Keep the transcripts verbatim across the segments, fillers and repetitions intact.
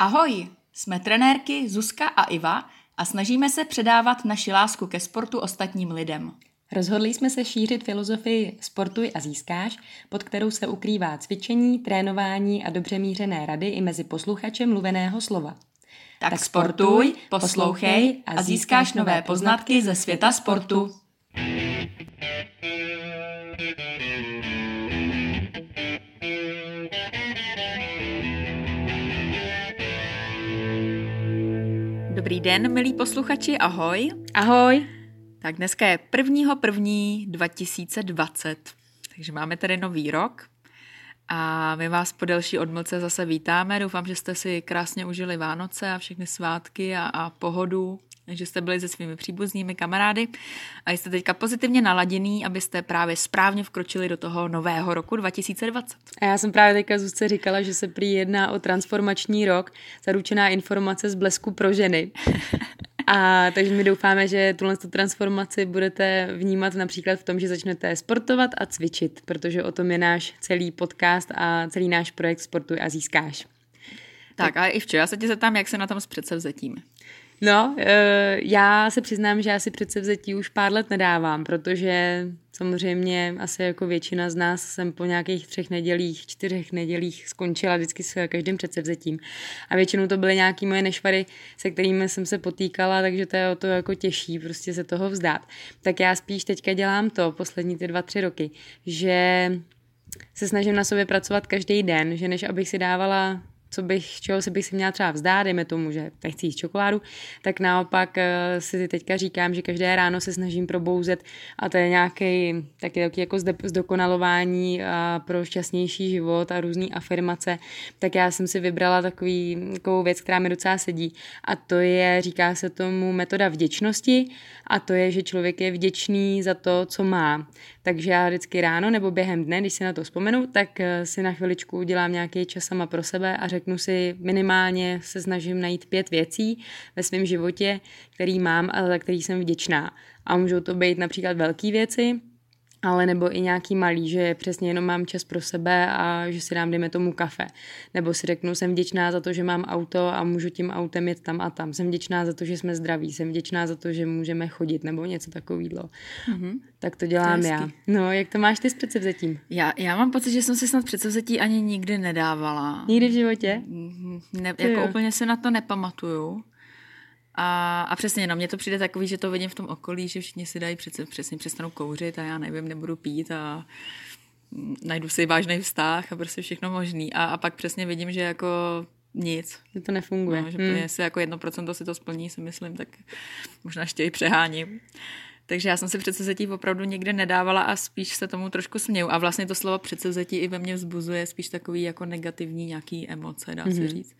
Ahoj, jsme trenérky Zuzka a Iva a snažíme se předávat naši lásku ke sportu ostatním lidem. Rozhodli jsme se šířit filozofii sportuj a získáš, pod kterou se ukrývá cvičení, trénování a dobře mířené rady i mezi posluchačem mluveného slova. Tak, tak sportuj, poslouchej a získáš nové poznatky ze světa sportu. Dobrý den, milí posluchači, ahoj. Ahoj. Tak dneska je prvního prvního dva tisíce dvacet, takže máme tady nový rok a my vás po delší odmlce zase vítáme. Doufám, že jste si krásně užili Vánoce a všechny svátky a, a pohodu, že jste byli se svými příbuznými kamarády a jste teďka pozitivně naladěný, abyste právě správně vkročili do toho nového roku dva tisíce dvacet. A já jsem právě teďka Zuzce říkala, že se prý jedná o transformační rok, zaručená informace z Blesku pro ženy. A takže my doufáme, že tuhle transformaci budete vnímat například v tom, že začnete sportovat a cvičit, protože o tom je náš celý podcast a celý náš projekt Sportuj a získáš. Tak a i včera se tě zeptám, jak se na tom s předsevzetím. No, já se přiznám, že já si předsevzetí už pár let nedávám, protože samozřejmě asi jako většina z nás jsem po nějakých třech nedělích, čtyřech nedělích skončila vždycky s každým předsevzetím. A většinou to byly nějaké moje nešvary, se kterými jsem se potýkala, takže to je o to jako těžší prostě se toho vzdát. Tak já spíš teďka dělám to poslední ty dva, tři roky, že se snažím na sobě pracovat každý den, že než abych si dávala co bych, čeho si bych si měla třeba vzdát, dejme tomu, že nechci jíst čokoládu, tak naopak si teďka říkám, že každé ráno se snažím probouzet a to je nějaký taky, taky jako zdokonalování pro šťastnější život a různý afirmace, tak já jsem si vybrala takový, takovou věc, která mi docela sedí a to je, říká se tomu metoda vděčnosti a to je, že člověk je vděčný za to, co má. Takže já vždycky ráno nebo během dne, když si na to vzpomenu, tak si na chviličku udělám nějaký čas sama pro sebe a řeknu si minimálně, se snažím najít pět věcí ve svém životě, který mám a za který jsem vděčná. A můžou to být například velké věci, ale nebo i nějaký malý, že přesně jenom mám čas pro sebe a že si dám, dejme tomu, kafe. Nebo si řeknu, jsem vděčná za to, že mám auto a můžu tím autem jet tam a tam. Jsem vděčná za to, že jsme zdraví. Jsem vděčná za to, že můžeme chodit nebo něco takového. Mm-hmm. Tak to dělám to já. No, jak to máš ty s předsevzetím? Já, já mám pocit, že jsem si snad předsevzetí ani nikdy nedávala. Nikdy v životě? Ne, jako jo. Úplně se na to nepamatuju. A, a přesně, no, mně to přijde takový, že to vidím v tom okolí, že všichni si dají přece, přesně přestanou kouřit a já nevím, nebudu pít a najdu si vážný vztah a prostě všechno možný. A, a pak přesně vidím, že jako nic. Že to nefunguje. No, že hmm. jestli jako jedno procento si to splní, si myslím, tak možná ještě i přeháním. Takže já jsem si předsevzetí opravdu nikdy nedávala a spíš se tomu trošku směju. A vlastně to slovo předsevzetí i ve mně vzbuzuje spíš takový jako negativní nějaký emoce, dá se hmm. říct.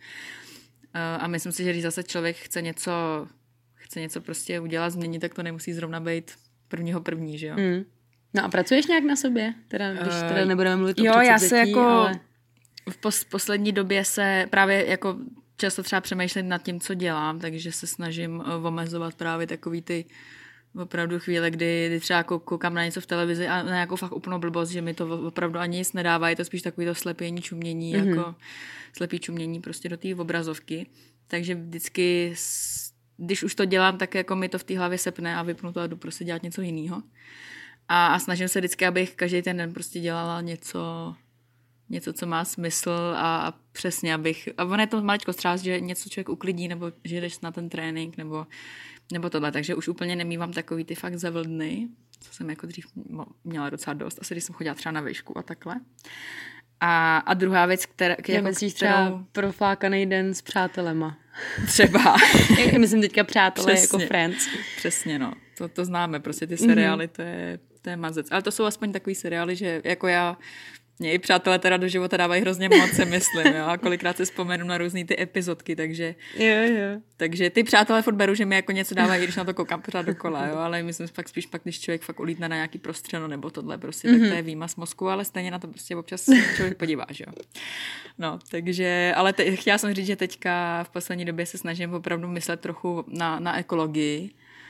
A myslím si, že když zase člověk chce něco, chce něco prostě udělat, změnit, tak to nemusí zrovna být prvního první, že jo? Mm. No a pracuješ nějak na sobě? Teda, když teda nebudeme mluvit jo, o já se jako ale... v pos- poslední době se právě jako často třeba přemýšlím nad tím, co dělám, takže se snažím omezovat právě takový ty opravdu chvíle, kdy, kdy třeba koukám na něco v televizi a na nějakou fakt úplnou blbost, že mi to opravdu ani nic nedává, je to spíš takový to slepění, čumění, mm-hmm. jako slepý čumění prostě do té obrazovky. Takže vždycky, když už to dělám, tak jako mi to v té hlavě sepne a vypnu to a jdu prostě dělat něco jiného. A, a snažím se vždycky, abych každý ten den prostě dělala něco, něco, co má smysl a, a přesně, abych, a ono je to maličko střás, že něco člověk uklidí, nebo že jdeš na ten trénink, nebo nebo tohle, takže už úplně nemývám takový ty fakt zavldny, co jsem jako dřív měla docela dost, asi když jsem chodila třeba na výšku a takhle. A, a druhá věc, která... Já jako myslíš kterou... třeba proflákaný den s přátelema. Třeba. Myslím teďka přátelé přesně, jako Friends. Přesně, no. To, to známe, prostě ty seriály, mm-hmm. to, je, to je mazec. Ale to jsou aspoň takový seriály, že jako já... Mě i přátelé teda do života dávají hrozně moc, se myslím, jo, a kolikrát se vzpomenu na různý ty epizodky, takže jo, jo. takže ty přátelé furt beru, že mi jako něco dávají, když na to koukám pořád dokola, jo, ale myslím pak spíš pak, když člověk fakt ulítne na nějaký prostřeno nebo tohle prostě, mm-hmm. tak to je výmaz mozku, ale stejně na to prostě občas člověk podívá, že jo. No, takže, ale te, chtěla jsem říct, že teďka v poslední době se snažím opravdu myslet trochu na, na ekologii.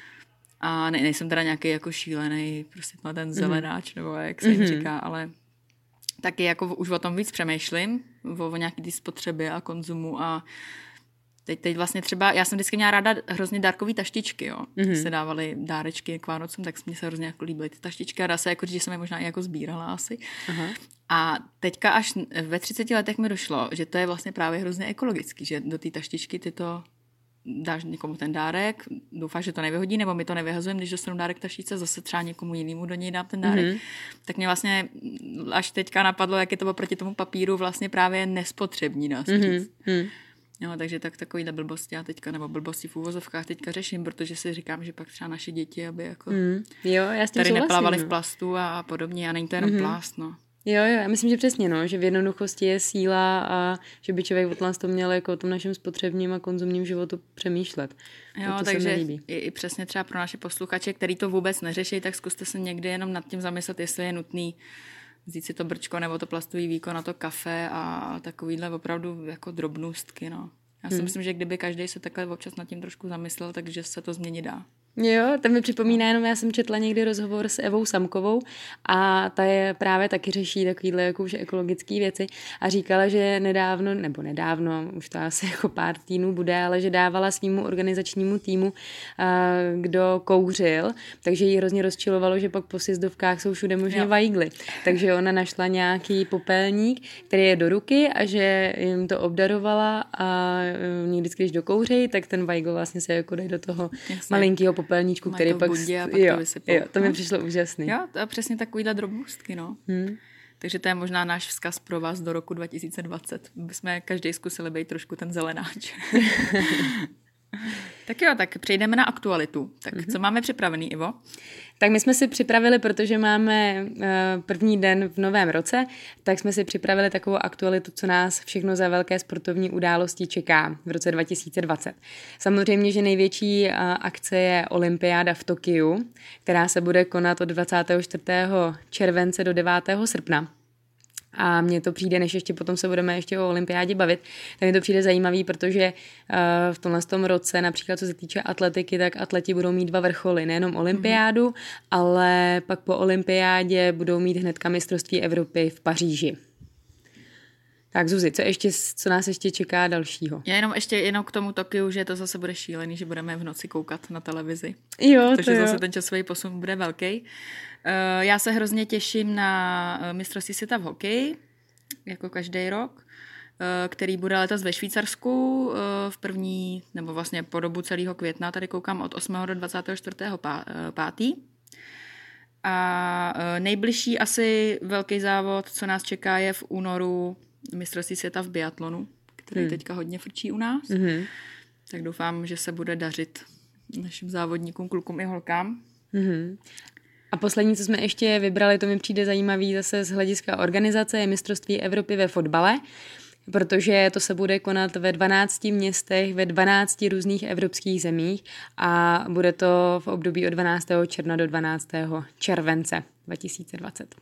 A ne, nejsem teda nějaký jako šílený, prostě ten zelenáč, mm-hmm. nebo jak se jim mm-hmm. říká, ale taky jako už o tom víc přemýšlím, o, o nějaký ty spotřeby a konzumu a Teď, teď vlastně třeba, já jsem vždycky měla ráda hrozně dárkový taštičky, jo. Mm-hmm. Se dávaly dárečky k Vánocům, tak mě se hrozně jako líbily ty taštičky a dá se jako říct, že jsem je možná i jako sbírala asi. Aha. A teďka až ve třiceti letech mi došlo, že to je vlastně právě hrozně ekologický, že do té taštičky ty to dáš někomu ten dárek, doufáš, že to nevyhodí, nebo my to nevyhazujeme, když dostanu dárek taštičce, zase třeba někomu jinému do něj dám ten dárek. Mm-hmm. Tak mě vlastně až teďka napadlo, jak je to proti tomu papíru vlastně právě nespotřební, dá se říct. Mm-hmm. No, takže tak takovýhle blbosti já teďka, nebo blbosti v úvozovkách teďka řeším, protože si říkám, že pak třeba naše děti, aby jako mm. jo, já tady neplávaly v plastu a podobně a není to jenom mm-hmm. plast, no. Jo, jo, já myslím, že přesně, no, že v jednoduchosti je síla a že by člověk od nás to měl jako o tom našem spotřebním a konzumním životu přemýšlet. Jo, to takže i, i přesně třeba pro naše posluchače, který to vůbec neřeší, tak zkuste se někdy jenom nad tím zamyslet, jestli je nutný vzít si to brčko nebo to plastový víko na to kafe a takovýhle opravdu jako drobnůstky, no. Já si hmm. myslím, že kdyby každý se takhle občas nad tím trošku zamyslel, takže se to změnit dá. Jo, to mi připomíná jenom, já jsem četla někdy rozhovor s Evou Samkovou a ta je právě taky řeší takovýhle jako už ekologické věci a říkala, že nedávno, nebo nedávno, už to asi jako pár týdnů bude, ale že dávala svýmu organizačnímu týmu, kdo kouřil, takže jí hrozně rozčilovalo, že pak po sjezdovkách jsou všude možně jo. vajgly. Takže ona našla nějaký popelník, který je do ruky a že jim to obdarovala a někdy, když dokouří, tak ten vajgl vlastně se jako dají do toho Jasně. malinkého popelníčku, který pak... A pak jo, to vysypou. Jo, to mi přišlo úžasný. Jo, to je přesně takovýhle drobnostky, no. Hmm. Takže to je možná náš vzkaz pro vás do roku dva tisíce dvacet. Bychom každý zkusili být trošku ten zelenáč. Tak jo, tak přejdeme na aktualitu. Tak mm-hmm. co máme připravený, Ivo? Tak my jsme si připravili, protože máme uh, první den v novém roce, tak jsme si připravili takovou aktualitu, co nás všechno za velké sportovní události čeká v roce dva tisíce dvacet. Samozřejmě, že největší uh, akce je olympiáda v Tokiu, která se bude konat od dvacátého čtvrtého července do devátého srpna. A mně to přijde, než ještě potom se budeme ještě o olympiádě bavit, tak mi to přijde zajímavý, protože uh, v tomhle tom roce, například co se týče atletiky, tak atleti budou mít dva vrcholy, nejenom olympiádu, mm-hmm. ale pak po olympiádě budou mít hnedka mistrovství Evropy v Paříži. Tak Zuzi, co, ještě, co nás ještě čeká dalšího? Já jenom ještě jenom k tomu Tokiu, že to zase bude šílený, že budeme v noci koukat na televizi. Jo, protože to jo. zase ten časový posun bude velký. Uh, já se hrozně těším na mistrovství světa v hokeji, jako každý rok, uh, který bude letos ve Švýcarsku uh, v první, nebo vlastně po dobu celého května, tady koukám od osmého do dvacátého čtvrtého pátého A uh, nejbližší asi velký závod, co nás čeká, je v únoru mistrovství světa v biatlonu, který hmm. teďka hodně frčí u nás. Mm-hmm. Tak doufám, že se bude dařit našim závodníkům, klukům i holkám. Mm-hmm. A poslední, co jsme ještě vybrali, to mi přijde zajímavý zase z hlediska organizace, je mistrovství Evropy ve fotbale, protože to se bude konat ve dvanácti městech, ve dvanácti různých evropských zemích a bude to v období od dvanáctého června do dvanáctého července dva tisíce dvacet.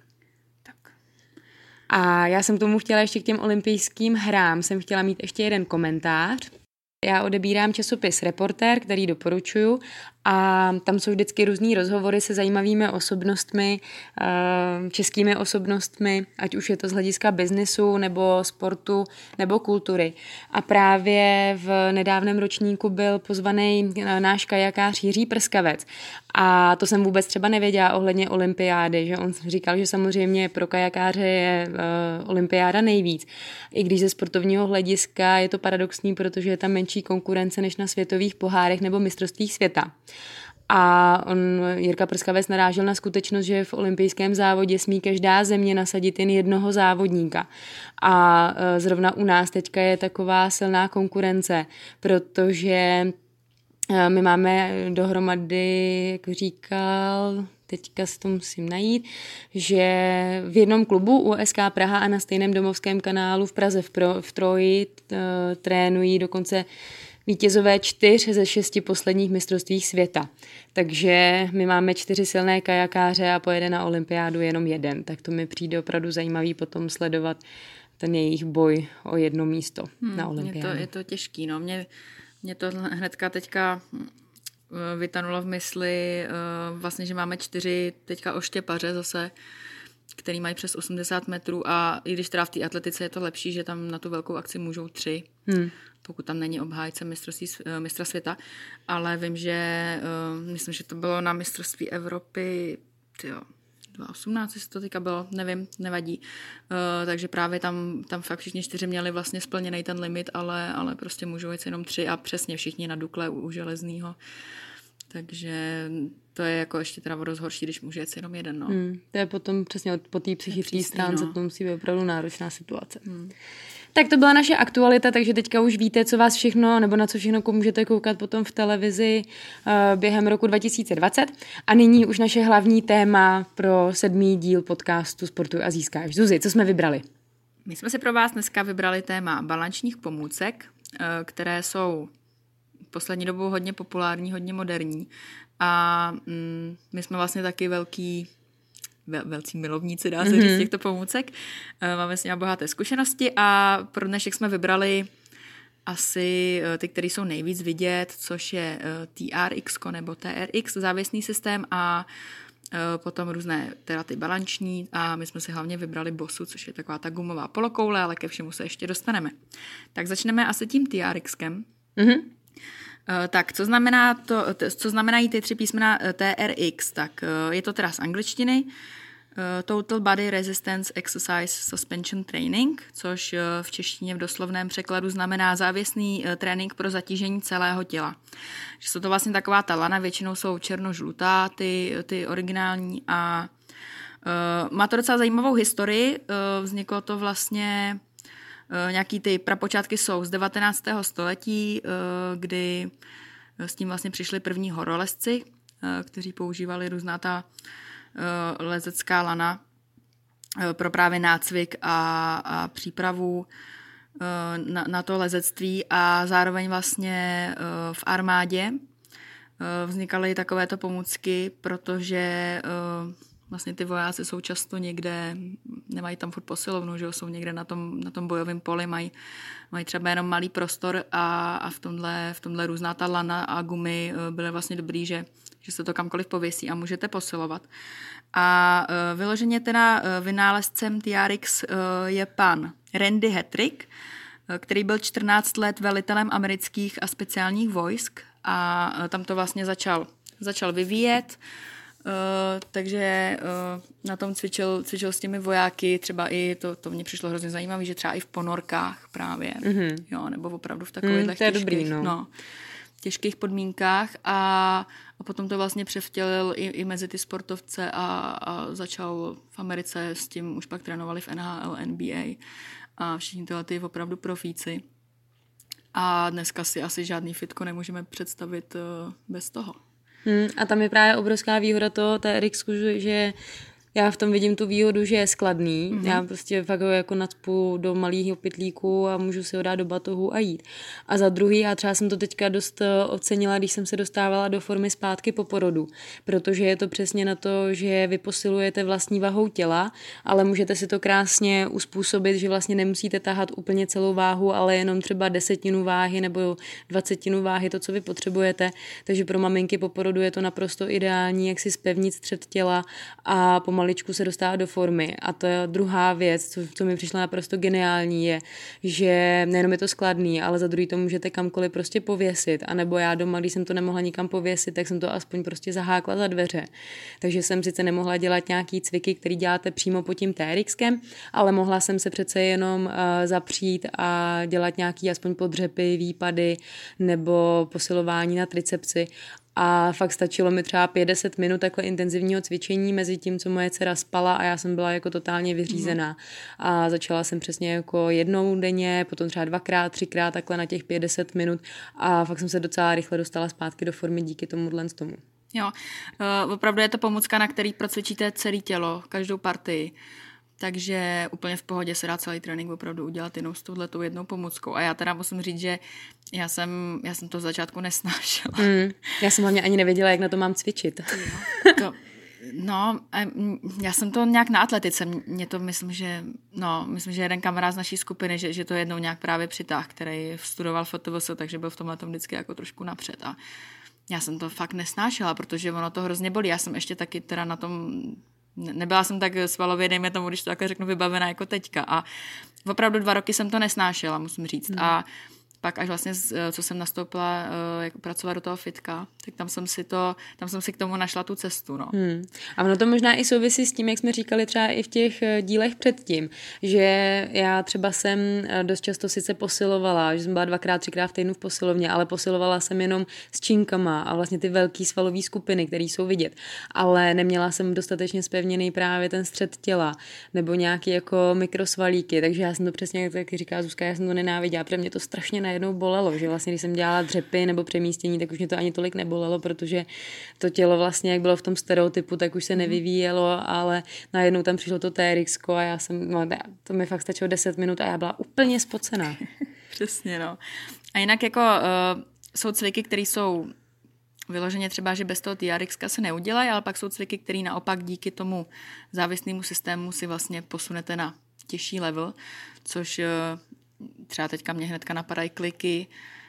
A já jsem tomu chtěla ještě k těm olympijským hrám, jsem chtěla mít ještě jeden komentář. Já odebírám časopis Reportér, který doporučuju a tam jsou vždycky různý rozhovory se zajímavými osobnostmi, českými osobnostmi, ať už je to z hlediska biznesu, nebo sportu, nebo kultury. A právě v nedávném ročníku byl pozvaný náš kajakář Jiří Prskavec. A to jsem vůbec třeba nevěděla ohledně olympiády, že on říkal, že samozřejmě pro kajakáře je uh, olympiáda nejvíc. I když ze sportovního hlediska je to paradoxní, protože je tam menší konkurence než na světových pohárech nebo mistrovstvích světa. A on, Jirka Prskavec, narážel na skutečnost, že v olympijském závodě smí každá země nasadit jen jednoho závodníka. A zrovna u nás teďka je taková silná konkurence, protože my máme dohromady, jak říkal, teďka si to musím najít, že v jednom klubu U S K Praha a na stejném domovském kanálu v Praze v, Pro, v Troji t, trénují dokonce vítězové čtyř ze šesti posledních mistrovství světa. Takže my máme čtyři silné kajakáře a pojede na olympiádu jenom jeden. Tak to mi přijde opravdu zajímavý potom sledovat ten jejich boj o jedno místo hmm, na olympiádu. Je to, je to těžký, no. Mě, mě to hnedka teďka vytanulo v mysli, vlastně, že máme čtyři teďka oštěpaře zase, který mají přes osmdesát metrů a i když teda v té atletice je to lepší, že tam na tu velkou akci můžou tři, hmm. pokud tam není obhájce mistrovství, mistra světa, ale vím, že uh, myslím, že to bylo na mistrovství Evropy, tyjo, dva tisíce osmnáct, jestli to teďka bylo, nevím, nevadí. Uh, takže právě tam, tam fakt všichni čtyři měli vlastně splněný ten limit, ale, ale prostě můžou jít jenom tři a přesně všichni na Dukle u, u železnýho. Takže to je jako ještě teda o dost horší, když může jet jenom jeden. No. Hmm, to je potom přesně po té psychické stránce, no. To musí být opravdu náročná situace. Hmm. Tak to byla naše aktualita, takže teďka už víte, co vás všechno, nebo na co všechno můžete koukat potom v televizi uh, během roku dva tisíce dvacet. A nyní už naše hlavní téma pro sedmý díl podcastu Sportuj a získáš. Zuzi, co jsme vybrali? My jsme si pro vás dneska vybrali téma balančních pomůcek, uh, které jsou poslední dobou hodně populární, hodně moderní. A mm, my jsme vlastně taky velký vel, velcí milovníci, dá se mm-hmm. říct, těchto pomůcek. Máme s nimi bohaté zkušenosti a pro dnešek jsme vybrali asi ty, které jsou nejvíc vidět, což je T R X nebo T R X, závěsný systém a potom různé teda ty balanční a my jsme si hlavně vybrali Bossu, což je taková ta gumová polokoule, ale ke všemu se ještě dostaneme. Tak začneme asi tím TRXkem. Mm-hmm. Uh, tak, co znamená to, co znamenají ty tři písmena T R X? Tak uh, je to teda z angličtiny uh, Total Body Resistance Exercise Suspension Training, což uh, v češtině v doslovném překladu znamená závěsný uh, trénink pro zatížení celého těla. Že jsou to vlastně taková ta lana, většinou jsou černožlutá, ty, ty originální a uh, má to docela zajímavou historii. Uh, vzniklo to vlastně nějaký ty prapočátky jsou z devatenáctého století, kdy s tím vlastně přišli první horolezci, kteří používali různá ta lezecká lana pro právě nácvik a, a přípravu na, na to lezectví a zároveň vlastně v armádě vznikaly takovéto pomůcky, protože vlastně ty vojáci jsou často někde, nemají tam furt posilovnu, že jsou někde na tom, na tom bojovém poli, mají, mají třeba jenom malý prostor a, a v, tomhle, v tomhle různá ta lana a gumy byly vlastně dobrý, že, že se to kamkoliv pověsí a můžete posilovat. A uh, vyloženě teda uh, vynálezcem T R X uh, je pan Randy Hattrick, uh, který byl čtrnáct let velitelem amerických a speciálních vojsk a uh, tam to vlastně začal, začal vyvíjet. Uh, takže uh, na tom cvičil, cvičil s těmi vojáky, třeba i, to, to mně přišlo hrozně zajímavé, že třeba i v ponorkách právě, mm-hmm. jo, nebo opravdu v takových mm, těžkých, dobrý, no. No, těžkých podmínkách a, a potom to vlastně převtělil i, i mezi ty sportovce a, a začal v Americe s tím, už pak trénovali v N H L, N B A a všichni tyhle ty opravdu profíci a dneska si asi žádný fitko nemůžeme představit uh, bez toho. Hmm, a tam je právě obrovská výhoda toho T R X, že já v tom vidím tu výhodu, že je skladný. Mm-hmm. Já prostě fakt ho jako nacpu do malého pytlíku a můžu si ho dát do batohu a jít. A za druhý, já třeba jsem to teďka dost ocenila, když jsem se dostávala do formy zpátky po porodu, protože je to přesně na to, že vy posilujete vlastní vahou těla, ale můžete si to krásně uspůsobit, že vlastně nemusíte tahat úplně celou váhu, ale jenom třeba desetinu váhy nebo dvacetinu váhy, to, co vy potřebujete. Takže pro maminky po porodu je to naprosto ideální, jak si zpevnit střed těla a pomalu maličku se dostává do formy. A to je druhá věc, co, co mi přišlo naprosto geniální, je, že nejenom je to skladný, ale za druhý to můžete kamkoliv prostě pověsit. A nebo já doma, když jsem to nemohla nikam pověsit, tak jsem to aspoň prostě zahákla za dveře. Takže jsem sice nemohla dělat nějaký cviky, který děláte přímo pod tím TRXkem, ale mohla jsem se přece jenom uh, zapřít a dělat nějaký aspoň podřepy, výpady nebo posilování na tricepsy. A fakt stačilo mi třeba pět deset minut takhle intenzivního cvičení mezi tím, co moje dcera spala a já jsem byla jako totálně vyřízená. Mm. A začala jsem přesně jako jednou denně, potom třeba dvakrát, třikrát takhle na těch pět deset minut a fakt jsem se docela rychle dostala zpátky do formy díky tomuhle z tomu. Jo, uh, opravdu je to pomůcka, na který procvičíte celé tělo, každou partii. Takže úplně v pohodě se dá celý trénink opravdu udělat jenom s touhletou jednou pomůckou. A já teda musím říct, že já jsem, já jsem to v začátku nesnášela. Mm, já jsem hlavně ani nevěděla, jak na to mám cvičit. To, no, já jsem to nějak na atletice. Mě to myslím, že no, myslím, že jeden kamarád z naší skupiny, že, že to jednou nějak právě přitáhl, který studoval F T V S, takže byl v tomhle tom vždycky jako trošku napřed. A já jsem to fakt nesnášela, protože ono to hrozně bolí. Já jsem ještě taky teda na tom nebyla jsem tak svalově, dejme tomu, když to takhle řeknu, vybavená jako teďka. A opravdu dva roky jsem to nesnášela, musím říct. Hmm. A pak až vlastně, co jsem nastoupila jako pracovat do toho fitka, tak tam jsem si to, tam jsem si k tomu našla tu cestu, no. Hmm. A ono to možná i souvisí s tím, jak jsme říkali třeba i v těch dílech předtím, že já třeba jsem dost často sice posilovala, že jsem byla dvakrát, třikrát v týdnu v posilovně, ale posilovala jsem jenom s činkama a vlastně ty velký svalové skupiny, které jsou vidět, ale neměla jsem dostatečně zpevněný právě ten střed těla nebo nějaký jako mikrosvalíky, takže já jsem to přesně, jak říká Zuzka, já jsem to nenáviděla, protože mě to strašně najednou bolelo, že vlastně když jsem dělala dřepy nebo přemístění, tak už mě to ani tolik nebolelo, protože to tělo vlastně, jak bylo v tom stereotypu, tak už se nevyvíjelo, ale najednou tam přišlo to T R X ko a já jsem, no, to mi fakt stačilo deset minut a já byla úplně spocená. Přesně, no. A jinak jako uh, jsou cviky, které jsou vyloženě třeba, že bez toho T R X ka se neudělají, ale pak jsou cviky, které naopak díky tomu závislnému systému si vlastně posunete na těžší level, což uh, třeba teďka mě hnedka napadají kliky,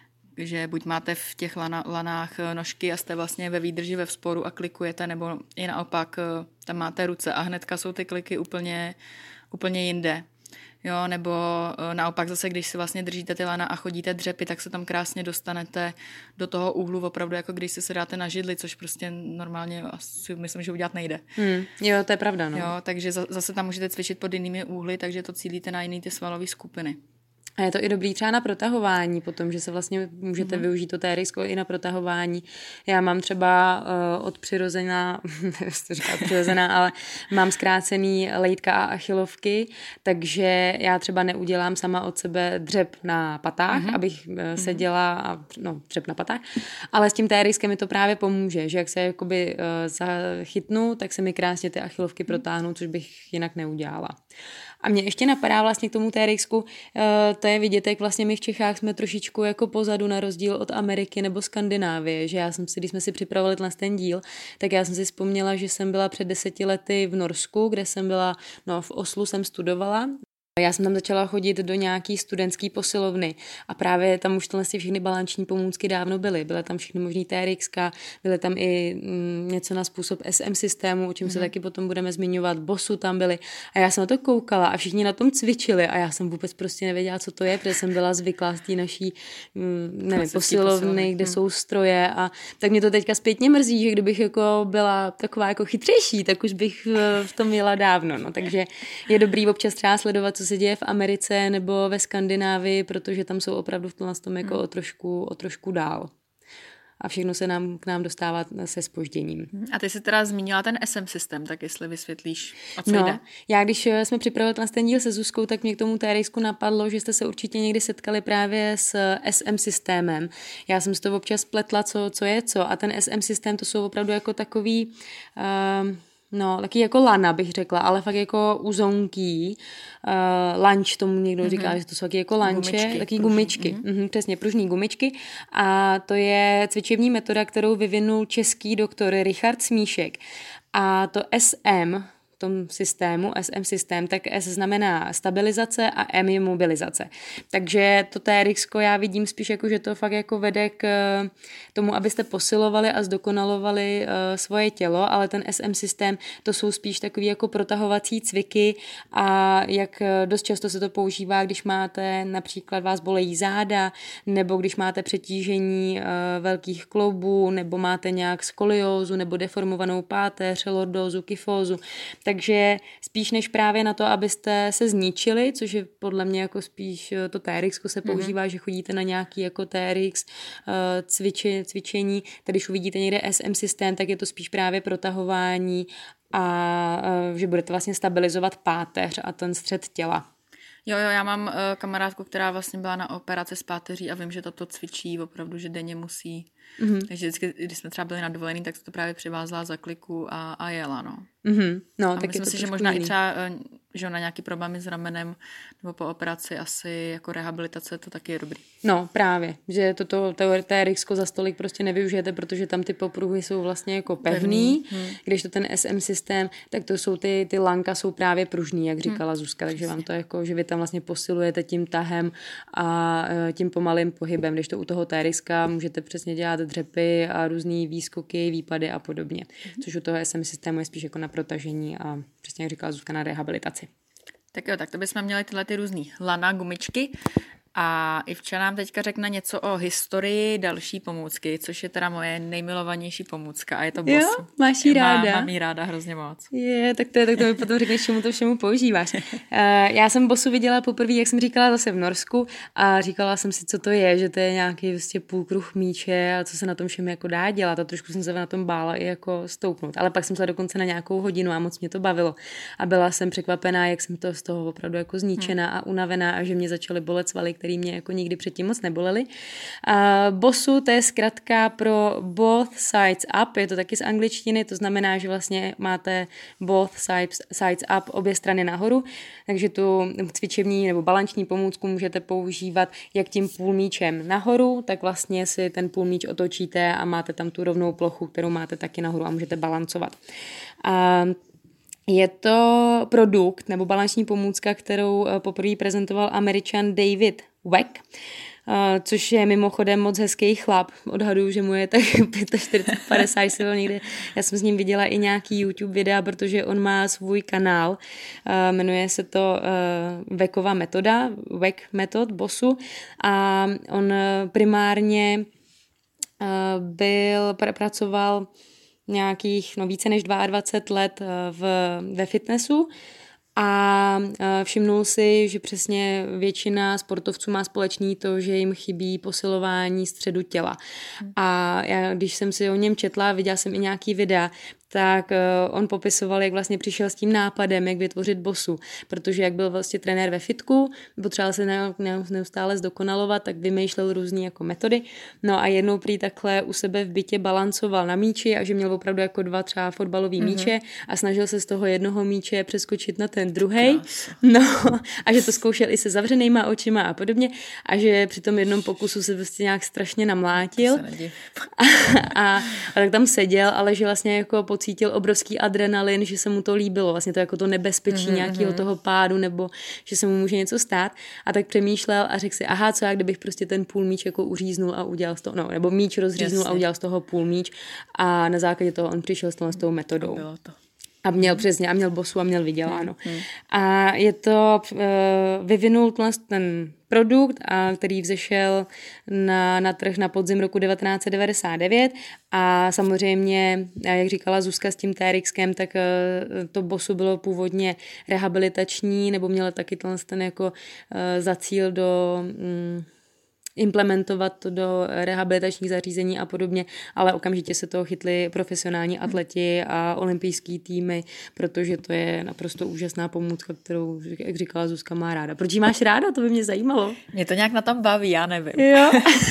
že buď máte v těch lana, lanách nožky a jste vlastně ve výdrži, ve vzporu a klikujete, nebo i naopak tam máte ruce a hnedka jsou ty kliky úplně, úplně jinde. Jo, nebo naopak zase, když si vlastně držíte ty lana a chodíte dřepy, tak se tam krásně dostanete do toho úhlu opravdu, jako když si se dáte na židli, což prostě normálně asi myslím, že udělat nejde. Hmm, jo, to je pravda. No. Jo, takže zase tam můžete cvičit pod jinými úhly, takže to cílíte na jiný ty svalové skupiny. A je to i dobrý třeba na protahování potom, že se vlastně můžete mm-hmm. využít to T R X ko i na protahování. Já mám třeba uh, od přirozená, nevím, to říká přirozená, ale mám zkrácený lejtka a achilovky, takže já třeba neudělám sama od sebe dřep na patách, mm-hmm. abych uh, seděla a, no, dřep na patách, ale s tím T R X kem mi to právě pomůže, že jak se jakoby uh, zachytnu, tak se mi krásně ty achilovky protáhnou, což bych jinak neudělala. A mě ještě napadá vlastně k tomu T R X ku, to je vidět, jak vlastně my v Čechách jsme trošičku jako pozadu na rozdíl od Ameriky nebo Skandinávie, že já jsem si, když jsme si připravovali ten díl, tak já jsem si vzpomněla, že jsem byla před deseti lety v Norsku, kde jsem byla, no v Oslu jsem studovala. Já jsem tam začala chodit do nějaký studentský posilovny a právě tam už tyhle všechny balanční pomůcky dávno byly. Byly tam všechny možný T R X ka, byly tam i mm, něco na způsob S M systému, o čem mm. se taky potom budeme zmiňovat, bosu tam byly. A já jsem na to koukala a všichni na tom cvičili a já jsem vůbec prostě nevěděla, co to je, protože jsem byla zvyklá z té naší mm, nevím, posilovny, kde mm. jsou stroje a tak mě to teďka zpětně mrzí, že kdybych jako byla taková jako chytřejší, tak už bych v tom jela dávno. No. Takže je dobrý občas třeba sledovat, co se děje v Americe nebo ve Skandinávii, protože tam jsou opravdu v tom jako o trošku, o trošku dál. A všechno se nám k nám dostává se zpožděním. A ty jsi teda zmínila ten S M systém, tak jestli vysvětlíš, o co no, jde? Já když jsme připravili ten díl se Zuzkou, tak mě k tomu T R X ku napadlo, že jste se určitě někdy setkali právě s S M systémem. Já jsem si to občas pletla, co, co je co. A ten S M systém, to jsou opravdu jako takový... Uh, No, taky jako lana bych řekla, ale fakt jako uzonký. Uh, lunch tomu někdo mm-hmm. říká, že to jsou taky jako lanče, gumičky, taky pružný. gumičky. Mm-hmm. Mm-hmm, přesně, pružný gumičky. A to je cvičební metoda, kterou vyvinul český doktor Richard Smíšek. A to S M, v tom systému, S M systém, tak S znamená stabilizace a M je mobilizace. Takže to T R X ko já vidím spíš jako, že to fakt jako vede k tomu, abyste posilovali a zdokonalovali uh, svoje tělo, ale ten S M systém, to jsou spíš takový jako protahovací cviky a jak dost často se to používá, když máte například vás bolejí záda, nebo když máte přetížení uh, velkých kloubů, nebo máte nějak skoliózu, nebo deformovanou páteř, lordózu, kyfózu. Takže spíš než právě na to, abyste se zničili, což je podle mě jako spíš to T R X ko se používá, mm-hmm. že chodíte na nějaký jako T R X uh, cviči, cvičení, tady když uvidíte někde S M systém, tak je to spíš právě protahování a uh, že budete vlastně stabilizovat páteř a ten střed těla. Jo, jo, já mám uh, kamarádku, která vlastně byla na operaci s páteří a vím, že toto cvičí opravdu, že denně musí. Mm-hmm. Takže vždycky, když jsme třeba byli na dovolený, tak se to právě přivázla za kliku a, a jela, no. Mm-hmm. No, a tak myslím je to si, že možná jiný. i třeba, že na nějaký problémy s ramenem nebo po operaci asi jako rehabilitace, to taky je dobrý. No, právě, že toto T R X ko za stolik prostě nevyužijete, protože tam ty popruhy jsou vlastně jako pevný, pevný. Hmm. Když to ten S M systém, tak to jsou ty, ty lanka jsou právě pružný, jak říkala hmm. Zuzka, takže vám to jako, že vy tam vlastně posilujete tím tahem a tím pomalým pohybem, když to u toho T R X ka můžete přesně dělat dřepy a různý výskoky, výpady a podobně, hmm. což u toho S M systému je spíš jako na protažení a přesně jak říkala Zuzka, na rehabilitaci. Tak jo, tak to bychom měli tyhle ty různý lana, gumičky. A Ivča nám teďka řekne něco o historii další pomůcky, což je teda moje nejmilovanější pomůcka a je to Bosu. Jo, máš jí ráda. Mám, mám jí ráda hrozně moc. Je, tak to, tak to mi potom řekneš, čemu to všemu používáš. Uh, já jsem Bosu viděla poprvé, jak jsem říkala, zase v Norsku a říkala jsem si, co to je, že to je nějaký vlastně půlkruh míče a co se na tom všem jako dá dělat a trošku jsem se na tom bála i jako stoupnout. Ale pak jsem šla dokonce na nějakou hodinu a moc mě to bavilo. A byla jsem překvapená, jak jsem to z toho opravdu jako zničená hmm. a unavená a že mě začaly bolet svaly, který mě jako nikdy předtím moc nebolely. A Bosu, to je zkratka pro both sides up, je to taky z angličtiny, to znamená, že vlastně máte both sides, sides up, obě strany nahoru, takže tu cvičební nebo balanční pomůcku můžete používat jak tím půlmíčem nahoru, tak vlastně si ten půlmíč otočíte a máte tam tu rovnou plochu, kterou máte taky nahoru a můžete balancovat. A je to produkt nebo balanční pomůcka, kterou poprvé prezentoval Američan David Weck, což je mimochodem moc hezký chlap. Odhaduju, že mu je tak čtyřicet pět padesát, jestli byl někde. Já jsem s ním viděla i nějaký YouTube videa, protože on má svůj kanál. Jmenuje se to Weckova metoda, Weck Method, Bosu. A on primárně byl, pracoval nějakých no, více než dvacet dva let v, ve fitnessu a všimnul si, že přesně většina sportovců má společný to, že jim chybí posilování středu těla. A já, když jsem si o něm četla, viděla jsem i nějaký videa, tak on popisoval, jak vlastně přišel s tím nápadem, jak vytvořit Bosu, protože jak byl vlastně trenér ve fitku, potřeboval se neustále zdokonalovat, tak vymýšlel různé jako metody. No a jednou prý takhle u sebe v bytě balancoval na míči a že měl opravdu jako dva třeba fotbalový mm-hmm. míče a snažil se z toho jednoho míče přeskočit na ten druhej. No a že to zkoušel i se zavřenýma očima a podobně a že při tom jednom pokusu se prostě nějak strašně namlátil. A, a, a tak tam seděl, ale že vlastně jako cítil obrovský adrenalin, že se mu to líbilo, vlastně to jako to nebezpečí mm-hmm. nějakého toho pádu, nebo že se mu může něco stát. A tak přemýšlel a řekl si, aha, co já, kdybych prostě ten půl míč jako uříznul a udělal z toho, no, nebo míč rozříznul Jasně. a udělal z toho půl míč a na základě toho on přišel s, s tou metodou. Bylo to. A měl přesně, a měl Bosu a měl vyděláno. Hmm. A je to, uh, vyvinul ten produkt, a který vzešel na, na trh na podzim roku devatenáct set devadesát devět a samozřejmě, jak říkala Zuzka s tím T R Xkem, tak uh, to Bosu bylo původně rehabilitační, nebo mělo taky ten jako uh, za cíl do... Um, implementovat to do rehabilitačních zařízení a podobně, ale okamžitě se toho chytli profesionální atleti a olympijský týmy, protože to je naprosto úžasná pomůcka, kterou, jak říkala Zuzka, má ráda. Proč ji máš ráda? To by mě zajímalo. Mě to nějak na tom baví, já nevím. Jo.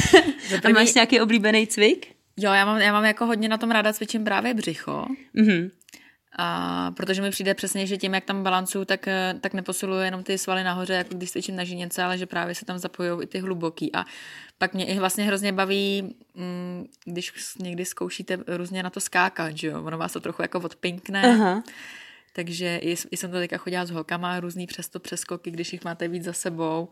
A máš nějaký oblíbený cvik? Jo, já mám, já mám jako hodně na tom ráda cvičím právě břicho. Mhm. A protože mi přijde přesně, že tím, jak tam balancuju, tak, tak neposiluju jenom ty svaly nahoře, jako když cvičím na žíněnce, ale že právě se tam zapojují i ty hluboký. A pak mě i vlastně hrozně baví, když někdy zkoušíte různě na to skákat, že jo? Ono vás to trochu jako odpinkne. Aha. Takže i, i jsem to teďka chodila s holkama, různý přesto přeskoky, když jich máte víc za sebou.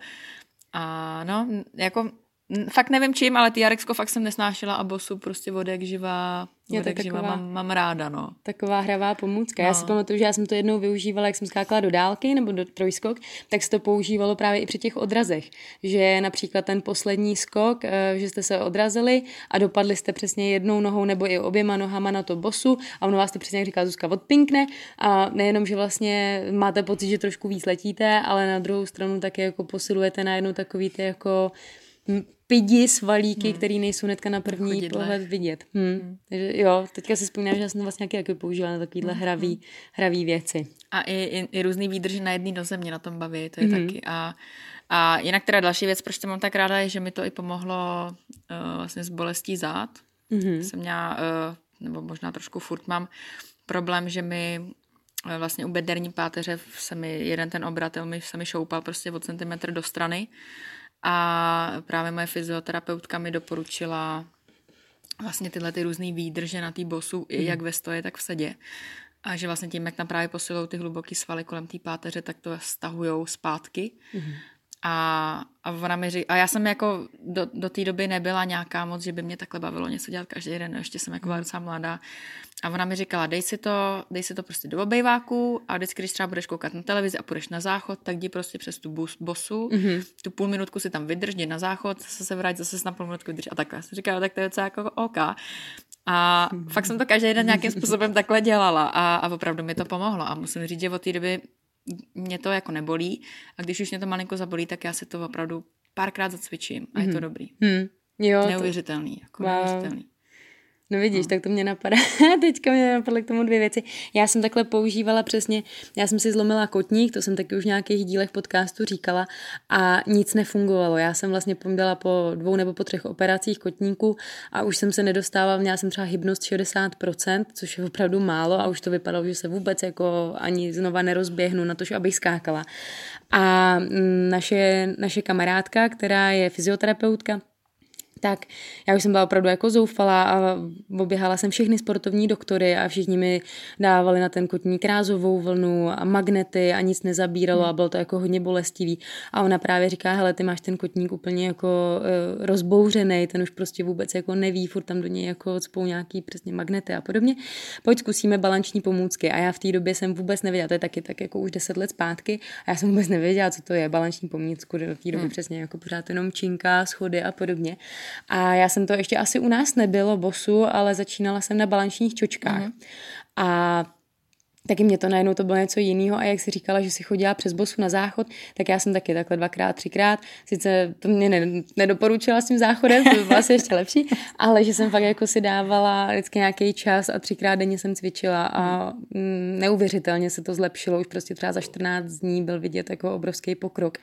A no, jako... Fakt nevím čím, ale ty Jarexko fakt jsem nesnášela a Bosu prostě vodek živá, vodek živá mám, mám ráda, no. Taková hravá pomůcka. No. Já si pamatuju, že já jsem to jednou využívala, jak jsem skákala do dálky nebo do trojskok, tak se to používalo právě i při těch odrazech. Že například ten poslední skok, že jste se odrazili a dopadli jste přesně jednou nohou nebo i oběma nohama na to Bosu a ono vás to přesně, jak říká Zuzka, odpinkne a nejenom, že vlastně máte pocit, že trošku víc letíte, ale na druhou stranu také jako posilujete najednou takový ty jako pidi, svalíky, hmm. které nejsou hnedka na první Chodidle. pohled vidět. Hmm. Hmm. Takže jo, teďka si vzpomínám, že já jsem vlastně nějaký používala na takovýhle hmm. hravý, hravý věci. A i, i, i různý výdrž na jedné noze mě na tom baví, to je hmm. taky. A, a jinak teda další věc, proč to mám tak ráda, je, že mi to i pomohlo uh, vlastně s bolestí zád. Hmm. Jsem měla, uh, nebo možná trošku furt mám problém, že mi uh, vlastně u bederní páteře se mi jeden ten obratel mi, se mi šoupal prostě od centimetr do strany. A právě moje fyzioterapeutka mi doporučila vlastně tyhle ty různý výdrže na té Bosu, mm. jak ve stoje, tak v sedě. A že vlastně tím, jak tam právě posilujou ty hluboký svaly kolem té páteře, tak to stahujou zpátky. Mm. A, a ona mi říká, a já jsem jako do, do té doby nebyla nějaká moc, že by mě takhle bavilo něco dělat každý den, ještě jsem jako byla docela mladá. A ona mi říkala, dej si to, dej si to prostě do obejváku a vždycky, když třeba budeš koukat na televizi a půjdeš na záchod, tak jdi prostě přes tu bus, bosu, mm-hmm. tu půl minutku si tam vydrž, jdi na záchod, zase se vrať, zase si na půl minutku vydrž a takhle. Já jsem říkala, tak to je docela jako OK. A mm-hmm. fakt jsem to každý den nějakým způsobem takhle dělala a, a opravdu mi to pomohlo. A musím říct, že od té doby mě to jako nebolí a když už mě to malinko zabolí, tak já si to opravdu párkrát zacvičím a mm-hmm. je to dobrý. Mm. Jo, neuvěřitelný. To... Jako wow. neuvěřitelný. No vidíš, no. Tak to mě napadá. Teďka mě napadly k tomu dvě věci. Já jsem takhle používala přesně, já jsem si zlomila kotník, to jsem taky už v nějakých dílech podcastu říkala a nic nefungovalo. Já jsem vlastně byla po dvou nebo po třech operacích kotníku a už jsem se nedostávala, měla jsem třeba hybnost šedesát procent, což je opravdu málo a už to vypadalo, že se vůbec jako ani znova nerozběhnu na to, abych skákala. A naše, naše kamarádka, která je fyzioterapeutka, tak já už jsem byla opravdu jako zoufalá a oběhala jsem všechny sportovní doktory a všichni mi dávali na ten kotník rázovou vlnu a magnety a nic nezabíralo a bylo to jako hodně bolestivý. A ona právě říká, hele, ty máš ten kotník úplně jako uh, rozbouřený, ten už prostě vůbec jako neví, furt tam do něj jako cpou nějaký přesně magnety a podobně. Pojď zkusíme balanční pomůcky. A já v té době jsem vůbec nevěděla, to je taky tak jako už deset let zpátky a já jsem vůbec nevěděla, co to je balanční pomůcku, v té době hmm. přesně jako pořád jenom činka, schody a podobně. A já jsem to ještě asi u nás nebylo bosu, ale začínala jsem na balančních čočkách. Mm-hmm. A taky mě to najednou to bylo něco jiného a jak si říkala, že si chodila přes bosu na záchod, tak já jsem taky takhle dvakrát, třikrát, sice to mě ne, nedoporučila s tím záchodem, to by bylo asi ještě lepší, ale že jsem fakt jako si dávala vždycky nějaký čas a třikrát denně jsem cvičila a mm, neuvěřitelně se to zlepšilo, už prostě třeba za čtrnáct dní byl vidět jako obrovský pokrok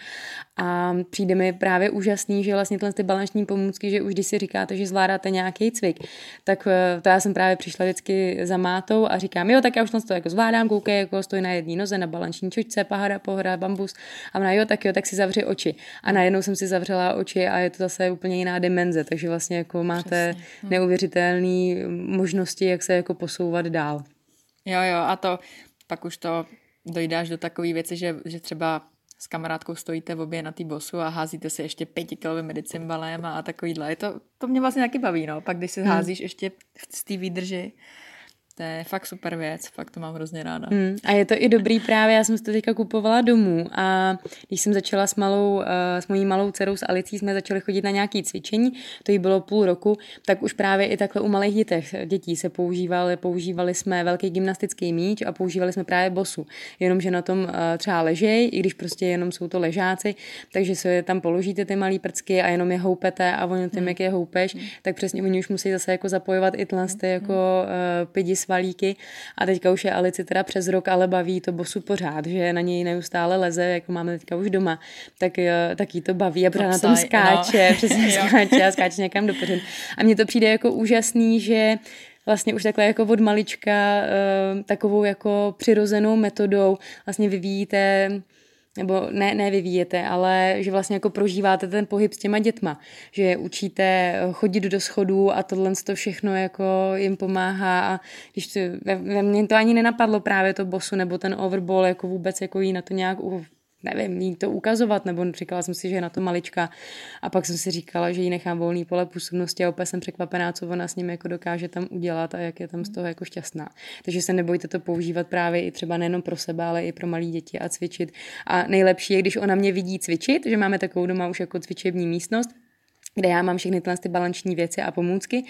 a přijde mi právě úžasný, že vlastně tyhle ty balanční pomůcky, že už když si říkáte, že zvládáte nějaký cvik, tak to já jsem právě přišla vždycky za Mátou a říkám, jo, tak já už to jako zvládám, koukej, jako stojí na jedné noze, na balanční čočce, pahada, pohra, bambus a ona, jo, tak jo, tak si zavři oči. A najednou jsem si zavřela oči a je to zase úplně jiná dimenze, takže vlastně jako máte hm. neuvěřitelné možnosti, jak se jako posouvat dál. Jo, jo, a to pak už to dojdáš do takové věci, že, že třeba s kamarádkou stojíte v obě na té bosu a házíte si ještě pětikilovým medicimbalem a, a takovýhle. To, to mě vlastně taky baví, no. Pak když si hmm. házíš ještě z té výdrži, to je fakt super věc, fakt to mám hrozně ráda. Hmm. A je to i dobrý právě, já jsem si to teďka kupovala domů a když jsem začala s malou, uh, s mojí malou dcerou, s Alicí, jsme začali chodit na nějaké cvičení, to jí bylo půl roku, tak už právě i takhle u malých dětech, dětí se používali, používali jsme velký gymnastický míč a používali jsme právě bosu, jenomže na tom uh, třeba ležej, i když prostě jenom jsou to ležáci, takže se tam položíte ty malý prcky a jenom je houpete a oni tím, hmm. jak je houpeš, hmm. tak přesně oni už musí zase jako zapojovat i tyhle ty jako uh, pidi svalíky a teďka už je Alici teda přes rok, ale baví to bosu pořád, že na něj neustále leze, jako máme teďka už doma, tak, tak jí to baví a pořád na tom skáče, no. přesně skáče a skáče někam do peřin. A mně to přijde jako úžasný, že vlastně už takhle jako od malička takovou jako přirozenou metodou vlastně vyvíjíte nebo ne, ne vyvíjete, ale že vlastně jako prožíváte ten pohyb s těma dětma, že učíte chodit do schodů a tohle to všechno jako jim pomáhá a když to, ve mně to ani nenapadlo právě to bosu nebo ten overball, jako vůbec jako jí na to nějak nevím, jí to ukazovat, nebo říkala jsem si, že je na to malička a pak jsem si říkala, že jí nechám volný pole působnosti a opět jsem překvapená, co ona s ním jako dokáže tam udělat a jak je tam z toho jako šťastná. Takže se nebojte to používat právě i třeba nejenom pro sebe, ale i pro malé děti a cvičit. A nejlepší je, když ona mě vidí cvičit, že máme takovou doma už jako cvičební místnost, kde já mám všechny ty balanční věci a pomůcky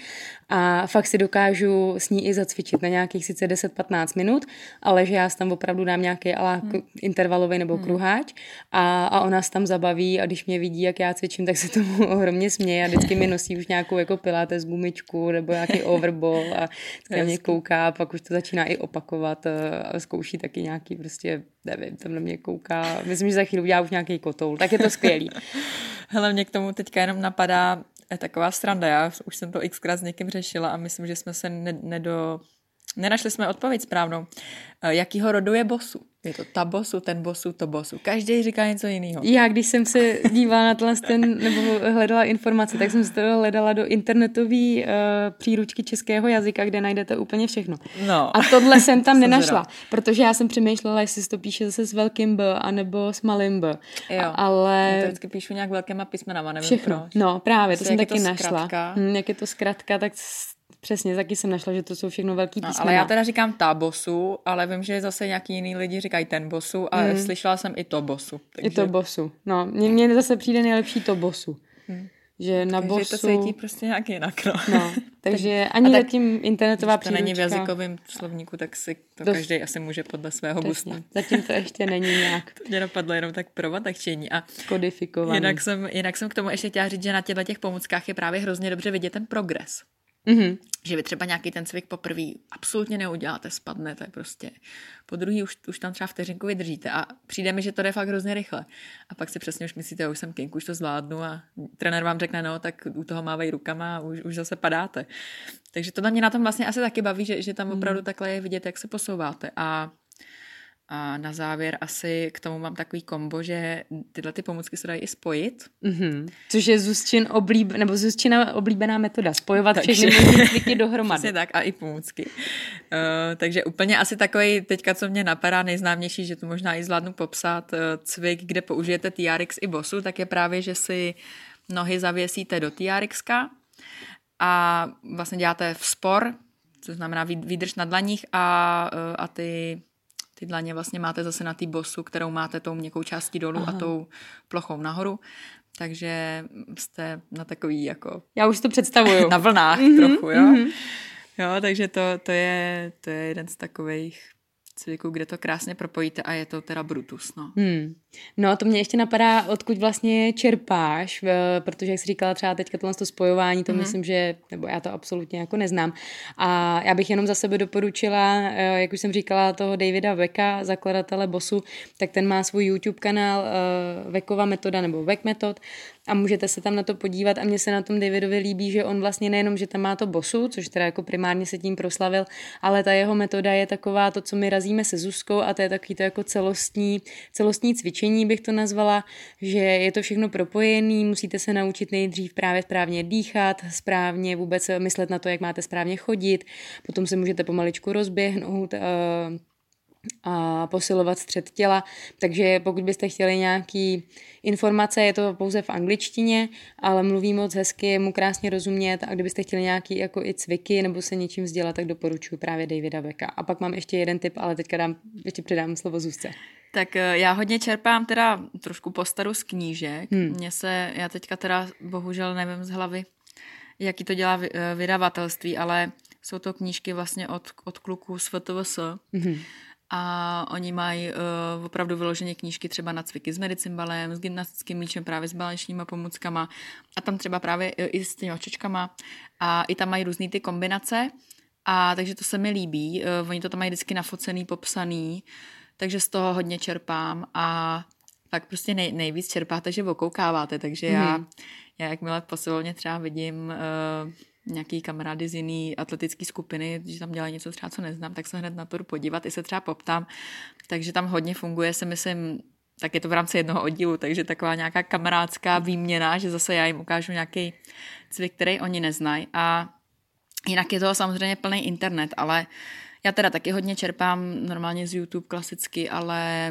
a fakt si dokážu s ní i zacvičit na nějakých sice deset patnáct minut, ale že já tam opravdu dám nějaký ala hmm. intervalový nebo kruháč a, a ona se tam zabaví a když mě vidí, jak já cvičím, tak se tomu ohromně směje a vždycky mi nosí už nějakou jako pilates gumičku nebo nějaký overball a vždycky mě kouká a pak už to začíná i opakovat a zkouší taky nějaký prostě, nevím, tam na mě kouká. Myslím, že za chvíli udělá už nějaký kotoul, tak je to skvělý. Hele, mě k tomu teďka jenom napadá taková sranda. Já už jsem to xkrát s někým řešila a myslím, že jsme se nedo, Nenašli jsme odpověď správnou. Jakýho rodu je bosu? Je to ta bosu, ten bosu, to bosu. Každý říká něco jiného. Já, když jsem se dívala na tohle ten, nebo hledala informace, tak jsem se to hledala do internetové uh, příručky českého jazyka, kde najdete úplně všechno. No. A tohle jsem tam nenašla, protože já jsem přemýšlela, jestli se to píše zase s velkým B, anebo s malým B. Jo. Ale... Já to vždycky píšu nějak velkýma písmenama, nevím všechno. proč. No právě, to Prostě jsem jak taky je to našla. zkratka. Hm, jak je to zkratka, tak přesně, taky jsem našla, že to jsou všechno velký písmena. No, ale já teda říkám ta bosu, ale vím, že zase nějaký jiný lidi říkají ten bosu a mm. slyšela jsem i to bosu. Takže... I to bosu. No, mně, mně zase přijde nejlepší to bosu. Mm. Že na takže bosu... to cítí prostě nějak jinak, no. no takže ani tak, zatím internetová když to příručka... není v jazykovém slovníku, tak si to Dost... každý asi může podle svého gusta. Zatím to ještě není nějak... to mě napadlo jenom tak provatachčení. A kodifikovaný. Jinak jsem, jinak jsem k tomu ještě chtěla říct, že na těchto těch pomůckách je právě hrozně dobře vidět ten progres. Mm-hmm. Že vy třeba nějaký ten cvik poprvé absolutně neuděláte, spadnete prostě. Po druhý už, už tam třeba vteřinku vydržíte a přijde mi, že to jde fakt hrozně rychle. A pak si přesně už myslíte, já už jsem king, už to zvládnu a trenér vám řekne, no, tak u toho mávají rukama a už, už zase padáte. Takže to na mě na tom vlastně asi taky baví, že, že tam opravdu takhle je vidět, jak se posouváte. A A na závěr asi k tomu mám takový kombo, že tyhle ty pomůcky se dají i spojit. Mm-hmm. Což je Zuzčin oblíb, nebo Zuzčina oblíbená metoda. Spojovat takže, všechny možné cviky dohromady. Přesně tak a i pomůcky. Uh, takže úplně asi takový, teďka co mě napadá, nejznámější, že tu možná i zvládnu popsat, uh, cvik, kde použijete T R X i bosu, tak je právě, že si nohy zavěsíte do T R X-ka a vlastně děláte vzpor, což znamená výdrž na dlaních a, uh, a ty... Ty dlaně vlastně máte zase na té bosu, kterou máte tou měkkou částí dolů Aha. a tou plochou nahoru. Takže jste na takový jako... Já už to představuju. Na vlnách mm-hmm, trochu, jo. Mm-hmm. Jo, takže to, to, je, to je jeden z takových cviků, kde to krásně propojíte a je to teda Brutus, no. Hmm. No, to mě ještě napadá, odkud vlastně čerpáš, protože jak jsi říkala třeba teďka tohle to spojování, to mm-hmm. myslím, že, nebo já to absolutně jako neznám. A já bych jenom za sebe doporučila, jak už jsem říkala, toho Davida Wecka, zakladatele bosu, tak ten má svůj YouTube kanál Weckova metoda nebo Weck metod a můžete se tam na to podívat a mně se na tom Davidovi líbí, že on vlastně nejenom, že tam má to bosu, což teda jako primárně se tím proslavil, ale ta jeho metoda je taková to, co my razíme se Zuzkou a to je takový to jako celostní, celostní cvičení bych to nazvala, že je to všechno propojený, musíte se naučit nejdřív právě správně dýchat, správně vůbec myslet na to, jak máte správně chodit, potom se můžete pomaličku rozběhnout a posilovat střed těla, takže pokud byste chtěli nějaký informace, je to pouze v angličtině, ale mluví moc hezky, je mu krásně rozumět a kdybyste chtěli nějaký jako i cviky nebo se něčím vzdělat, tak doporučuji právě Davida Wecka. A pak mám ještě jeden tip, ale teďka dám, ještě předám slovo Zuzce. Tak já hodně čerpám teda trošku postaru z knížek. Hmm. Mně se, já teďka teda bohužel nevím z hlavy, jaký to dělá vydavatelství, ale jsou to knížky vlastně od, od kluků z F T V S. Hmm. A oni mají uh, opravdu vyloženě knížky třeba na cviky s medicimbalem, s gymnastickým míčem, právě s balančníma pomůckama a tam třeba právě i s těmi očečkama a i tam mají různý ty kombinace a takže to se mi líbí. Uh, oni to tam mají vždycky nafocený, popsaný, takže z toho hodně čerpám a tak prostě nej, nejvíc čerpáte, že okoukáváte, takže mm. já, já jakmile v posilovně třeba vidím uh, nějaký kamarády z jiný atletické skupiny, že tam dělají něco třeba, co neznám, tak se hned na to jdu podívat, i se třeba poptám, takže tam hodně funguje, si myslím, tak je to v rámci jednoho oddílu, takže taková nějaká kamarádská výměna, že zase já jim ukážu nějaký cvik, který oni neznají a jinak je toho samozřejmě plný internet, ale já teda taky hodně čerpám normálně z YouTube klasicky, ale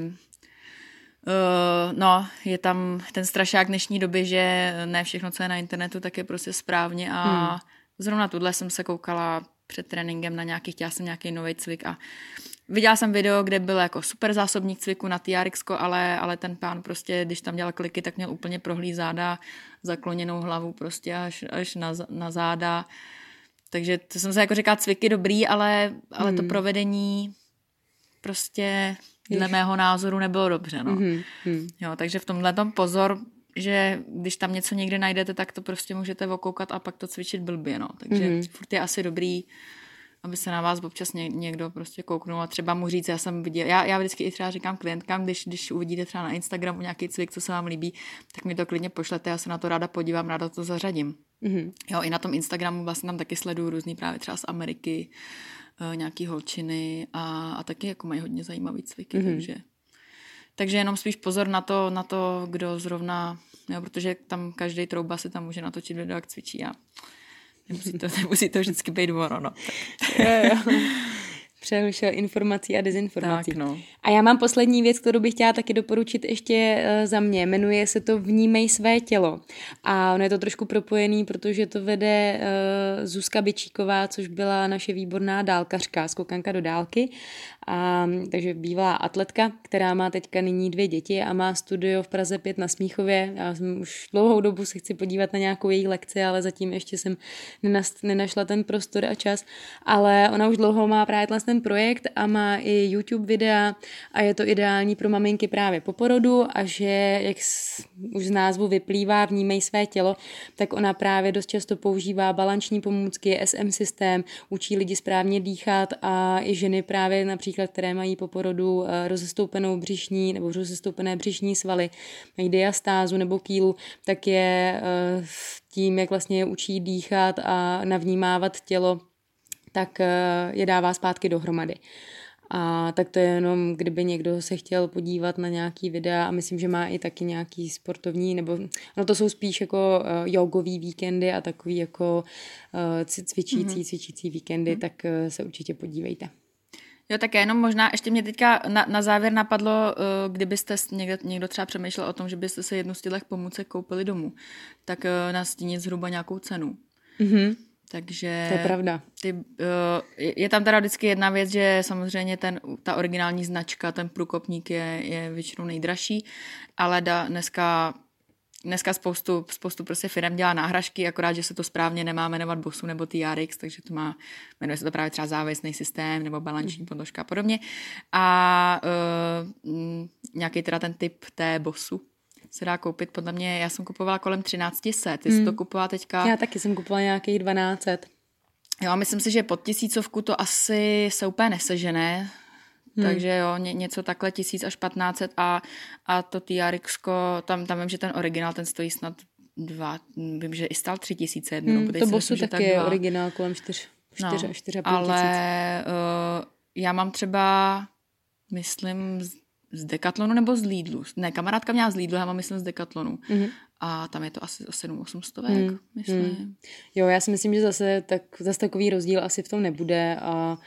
uh, no, je tam ten strašák dnešní doby, že ne všechno, co je na internetu, tak je prostě správně a hmm. zrovna tuhle jsem se koukala před tréninkem na nějaký, chtěla jsem nějaký nový cvik a viděla jsem video, kde byl jako super zásobník cviku na T R X, ale, ale ten pán prostě, když tam dělal kliky, tak měl úplně prohlý záda, zakloněnou hlavu prostě až, až na, na záda. Takže to jsem se jako říkala, cviky dobrý, ale, ale hmm. to provedení prostě dle mého názoru nebylo dobře. No. Hmm. Hmm. Jo, takže v tomhle tom pozor, že když tam něco někde najdete, tak to prostě můžete okoukat a pak to cvičit blbě. No. Takže hmm. furt je asi dobrý, aby se na vás občas ně, někdo prostě kouknul a třeba mu říct, já jsem viděl, já, já vždycky i třeba říkám klientkám, když, když uvidíte třeba na Instagramu nějaký cvik, co se vám líbí, tak mi to klidně pošlete, já se na to ráda podívám, ráda to zařadím. Mm-hmm. Jo, i na tom Instagramu vlastně tam taky sleduju různý právě třeba z Ameriky, uh, nějaký holčiny a, a taky jako mají hodně zajímavý cviky, mm-hmm. takže, takže jenom spíš pozor na to, na to, kdo zrovna, jo, protože tam každý trouba si tam může natočit video, jak cvičí a nemusí to, nemusí to vždycky být ono, no. Přerušil informací a dezinformací. Tak, no. A já mám poslední věc, kterou bych chtěla taky doporučit ještě za mě. Jmenuje se to Vnímej své tělo. A ono je to trošku propojený, protože to vede uh, Zuzka Byčíková, což byla naše výborná dálkařka, skokanka do dálky. A, takže bývalá atletka, která má teďka nyní dvě děti a má studio v Praze pět na Smíchově. Já jsem už dlouhou dobu se chci podívat na nějakou její lekci, ale zatím ještě jsem nenašla ten prostor a čas. Ale ona už dlouho má právě ten projekt a má i YouTube videa a je to ideální pro maminky právě po porodu a že, jak už z názvu vyplývá, Vnímej své tělo, tak ona právě dost často používá balanční pomůcky, S M systém, učí lidi správně dýchat a i ženy právě například, které mají po porodu rozestoupenou břišní nebo rozestoupené břišní svaly, mají diastázu nebo kýlu, tak je tím, jak vlastně je učí dýchat a navnímávat tělo, tak je dává zpátky dohromady. A tak to je jenom, kdyby někdo se chtěl podívat na nějaký videa a myslím, že má i taky nějaký sportovní, nebo no to jsou spíš jako uh, jogový víkendy a takový jako uh, cvičící, mm-hmm. cvičící víkendy, mm-hmm. tak uh, se určitě podívejte. Jo, tak jenom možná ještě mě teďka na, na závěr napadlo, uh, kdybyste někdo, někdo třeba přemýšlel o tom, že byste se jednu z těch pomůcek koupili domů, tak uh, nastínit zhruba nějakou cenu. Mhm. Takže to je pravda. Ty, uh, je tam teda vždycky jedna věc, že samozřejmě ten, ta originální značka, ten průkopník je, je většinou nejdražší, ale da, dneska, dneska spoustu, spoustu prostě firem dělá náhražky, akorát, že se to správně nemá jmenovat Bossu nebo T R X, takže to má, jmenuje se to právě třeba závěsný systém nebo balanční podložka a podobně. A uh, nějaký teda ten typ té Bossu se dá koupit, podle mě, já jsem kupovala kolem třináct set, ty jsi hmm. to kupovala teďka. Já taky jsem kupovala nějakých dvanáct set. Jo, myslím si, že pod tisícovku to asi se úplně nesežené, hmm. takže jo, ně, něco takhle tisíc až patnáct set a, a to T R X, tam, tam vím, že ten originál, ten stojí snad dva, vím, že i stál tři tisíce jednou. Hmm, to Bossu taky tak je originál kolem čtyř, čtyř, no, čtyři a půl ale tisíc. Uh, já mám třeba, myslím, z Decathlonu nebo z Lidlu. Ne, kamarádka měla z Lidlu, já mám myslím z Decathlonu. Mm-hmm. A tam je to asi o sedm osm stovek, mm, myslím. Mm. Jo, já si myslím, že zase, tak, zase takový rozdíl asi v tom nebude a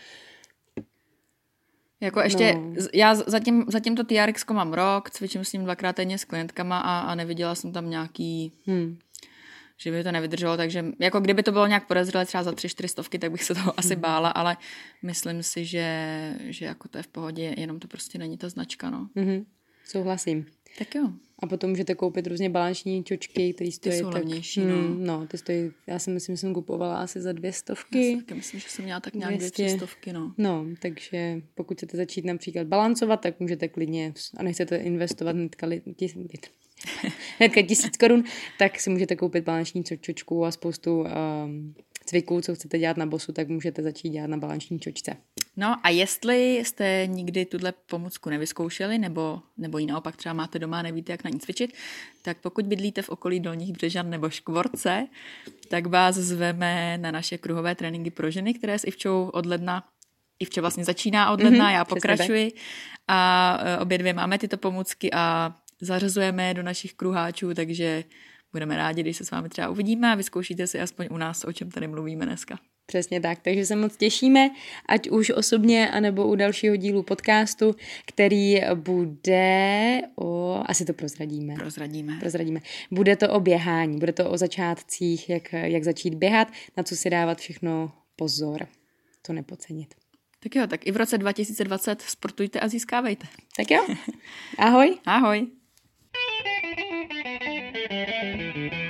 jako ještě, no. já zatím, zatím to T R X mám rok, cvičím s ním dvakrát týdně s klientkama a, a neviděla jsem tam nějaký, hmm. že by to nevydrželo, takže jako kdyby to bylo nějak podezřelé třeba za tři čtyři stovky, tak bych se toho asi bála, ale myslím si, že, že jako to je v pohodě, jenom to prostě není ta značka, no. Mm-hmm. Souhlasím. Tak jo. A potom můžete koupit různě balanční čočky, které stojí ty jsou tak... levnější, no. Hmm, no, ty stojí, já si myslím, že jsem kupovala asi za dvě stovky. Já taky myslím, že jsem měla tak nějak dvě, tři stovky, no. No, takže pokud chcete začít například balancovat, tak můžete klidně, a nechcete investovat hnedka, li, tis, hnedka tisíc korun, tak si můžete koupit balanční čočku a spoustu um, cviků, co chcete dělat na Bossu, tak můžete začít dělat na balanční čočce. No a jestli jste nikdy tuhle pomůcku nevyzkoušeli, nebo, nebo ji naopak třeba máte doma a nevíte, jak na ní cvičit, tak pokud bydlíte v okolí Dolních Břežan nebo Škvorce, tak vás zveme na naše kruhové tréninky pro ženy, které s Ivčou od ledna, Ivča vlastně začíná od ledna, mm-hmm, já pokračuji a obě dvě máme tyto pomůcky a zařazujeme je do našich kruháčů, takže budeme rádi, když se s vámi třeba uvidíme a vyzkoušíte si aspoň u nás, o čem tady mluvíme dneska. Přesně tak, takže se moc těšíme, ať už osobně, anebo u dalšího dílu podcastu, který bude o... Asi to prozradíme. Prozradíme. Prozradíme. Bude to o běhání, bude to o začátcích, jak, jak začít běhat, na co si dávat všechno pozor, to nepodcenit. Tak jo, tak i v roce dva tisíce dvacet sportujte a získávejte. Tak jo, ahoj. Ahoj.